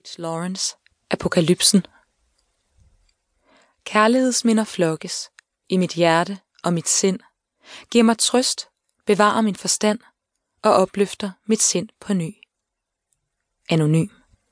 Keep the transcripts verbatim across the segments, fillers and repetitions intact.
Lawrence, Apokalypsen. Kærlighedsminder flokkes i mit hjerte og mit sind, giver mig trøst, bevarer min forstand og opløfter mit sind på ny. Anonym.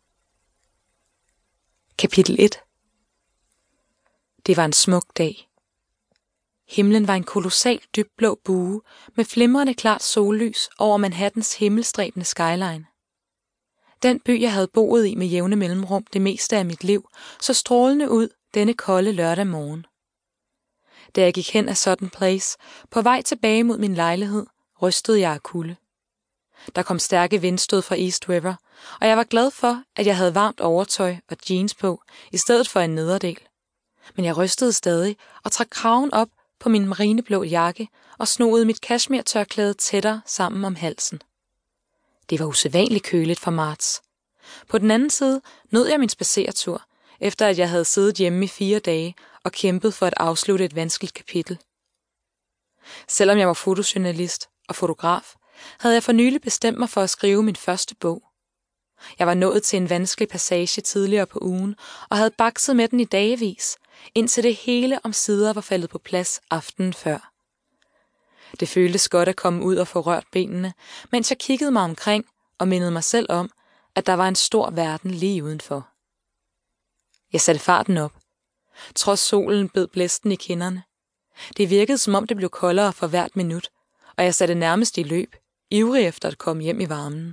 Kapitel et. Det var en smuk dag. Himlen var en kolossal dybblå bue med flimrende klart sollys over Manhattans himmelstræbende skyline. Den by, jeg havde boet i med jævne mellemrum det meste af mit liv, så strålende ud denne kolde lørdag morgen. Da jeg gik hen ad Sutton Place, på vej tilbage mod min lejlighed, rystede jeg af kulde. Der kom stærke vindstød fra East River, og jeg var glad for, at jeg havde varmt overtøj og jeans på, i stedet for en nederdel. Men jeg rystede stadig og trak kraven op på min marineblå jakke og snoede mit cashmere-tørklæde tættere sammen om halsen. Det var usædvanligt køligt for marts. På den anden side nød jeg min spadseretur, efter at jeg havde siddet hjemme i fire dage og kæmpet for at afslutte et vanskeligt kapitel. Selvom jeg var fotojournalist og fotograf, havde jeg for nylig bestemt mig for at skrive min første bog. Jeg var nået til en vanskelig passage tidligere på ugen og havde bakset med den i dagevis, indtil det hele omsider var faldet på plads aftenen før. Det føltes godt at komme ud og få rørt benene, mens jeg kiggede mig omkring og mindede mig selv om, at der var en stor verden lige udenfor. Jeg satte farten op. Trods solen bed blæsten i kinderne. Det virkede, som om det blev koldere for hvert minut, og jeg satte nærmest i løb, ivrig efter at komme hjem i varmen.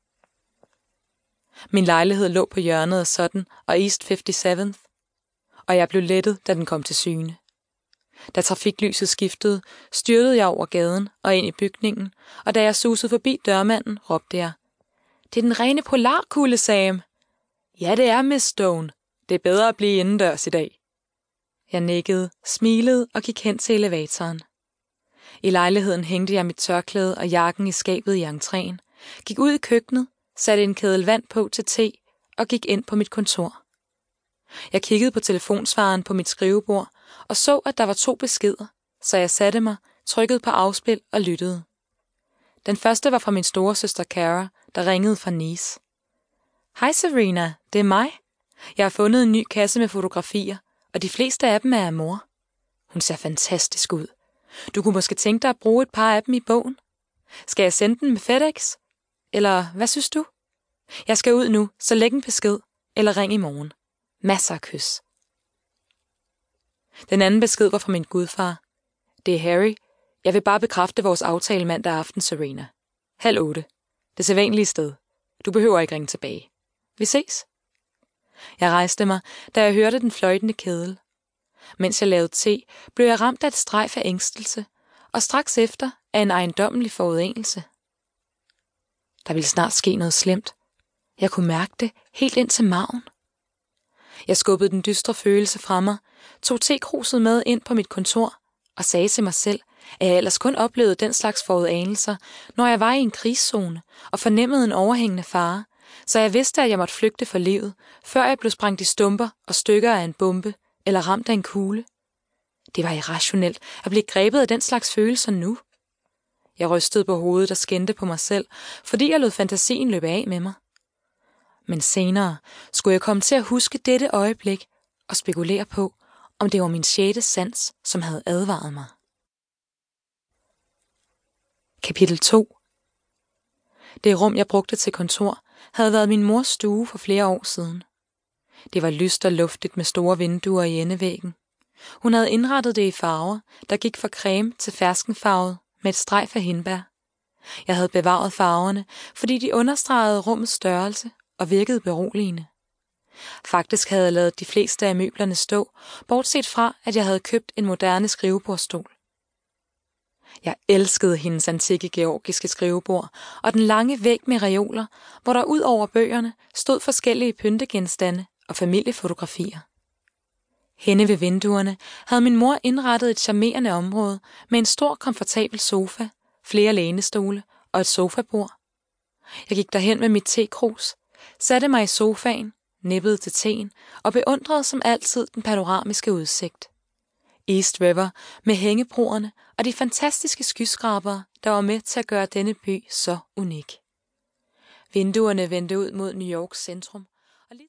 Min lejlighed lå på hjørnet af Sutton og East femoghalvfems, og jeg blev lettet, da den kom til syne. Da trafiklyset skiftede, styrtede jeg over gaden og ind i bygningen, og da jeg susede forbi dørmanden, råbte jeg: "Det er den rene polarkulde, Sam." "Ja, det er, Miss Stone. Det er bedre at blive indendørs i dag." Jeg nikkede, smilede og gik hen til elevatoren. I lejligheden hængte jeg mit tørklæde og jakken i skabet i entréen, gik ud i køkkenet, satte en kedel vand på til te og gik ind på mit kontor. Jeg kiggede på telefonsvareren på mit skrivebord og så, at der var to beskeder, så jeg satte mig, trykkede på afspil og lyttede. Den første var fra min storesøster Cara, der ringede fra Nice. "Hej Serena, det er mig. Jeg har fundet en ny kasse med fotografier, og de fleste af dem er af mor. Hun ser fantastisk ud. Du kunne måske tænke dig at bruge et par af dem i bogen. Skal jeg sende den med FedEx? Eller hvad synes du? Jeg skal ud nu, så læg en besked, eller ring i morgen. Masser af kys." Den anden besked var fra min gudfar. "Det er Harry. Jeg vil bare bekræfte vores aftale mandag aften, Serena. Halv otte. Det sædvanlige sted. Du behøver ikke ringe tilbage. Vi ses." Jeg rejste mig, da jeg hørte den fløjtende kedel. Mens jeg lavede te, blev jeg ramt af et strejf af ængstelse, og straks efter af en ejendommelig forudanelse. Der ville snart ske noget slemt. Jeg kunne mærke det helt ind til maven. Jeg skubbede den dystre følelse fra mig, tog tekruset med ind på mit kontor og sagde til mig selv, at jeg ellers kun oplevede den slags forudanelser, når jeg var i en krigszone og fornemmede en overhængende fare, så jeg vidste, at jeg måtte flygte for livet, før jeg blev sprængt i stumper og stykker af en bombe eller ramt af en kugle. Det var irrationelt at blive grebet af den slags følelser nu. Jeg rystede på hovedet og skændte på mig selv, fordi jeg lod fantasien løbe af med mig. Men senere skulle jeg komme til at huske dette øjeblik og spekulere på, om det var min sjette sans, som havde advaret mig. Kapitel to. Det rum, jeg brugte til kontor, havde været min mors stue for flere år siden. Det var lyst og luftigt med store vinduer i endevæggen. Hun havde indrettet det i farver, der gik fra creme til ferskenfarvet med et strejf af hindbær. Jeg havde bevaret farverne, fordi de understregede rummets størrelse og virkede beroligende. Faktisk havde jeg ladet de fleste af møblerne stå, bortset fra, at jeg havde købt en moderne skrivebordstol. Jeg elskede hendes antikke georgiske skrivebord og den lange væg med reoler, hvor der ud over bøgerne stod forskellige pyntegenstande og familiefotografier. Henne ved vinduerne havde min mor indrettet et charmerende område med en stor, komfortabel sofa, flere lænestole og et sofabord. Jeg gik derhen med mit tekrus, satte mig i sofaen, nippede til teen og beundrede som altid den panoramiske udsigt. East River med hængebroerne og de fantastiske skyskrabere, der var med til at gøre denne by så unik. Vinduerne vendte ud mod New Yorks centrum,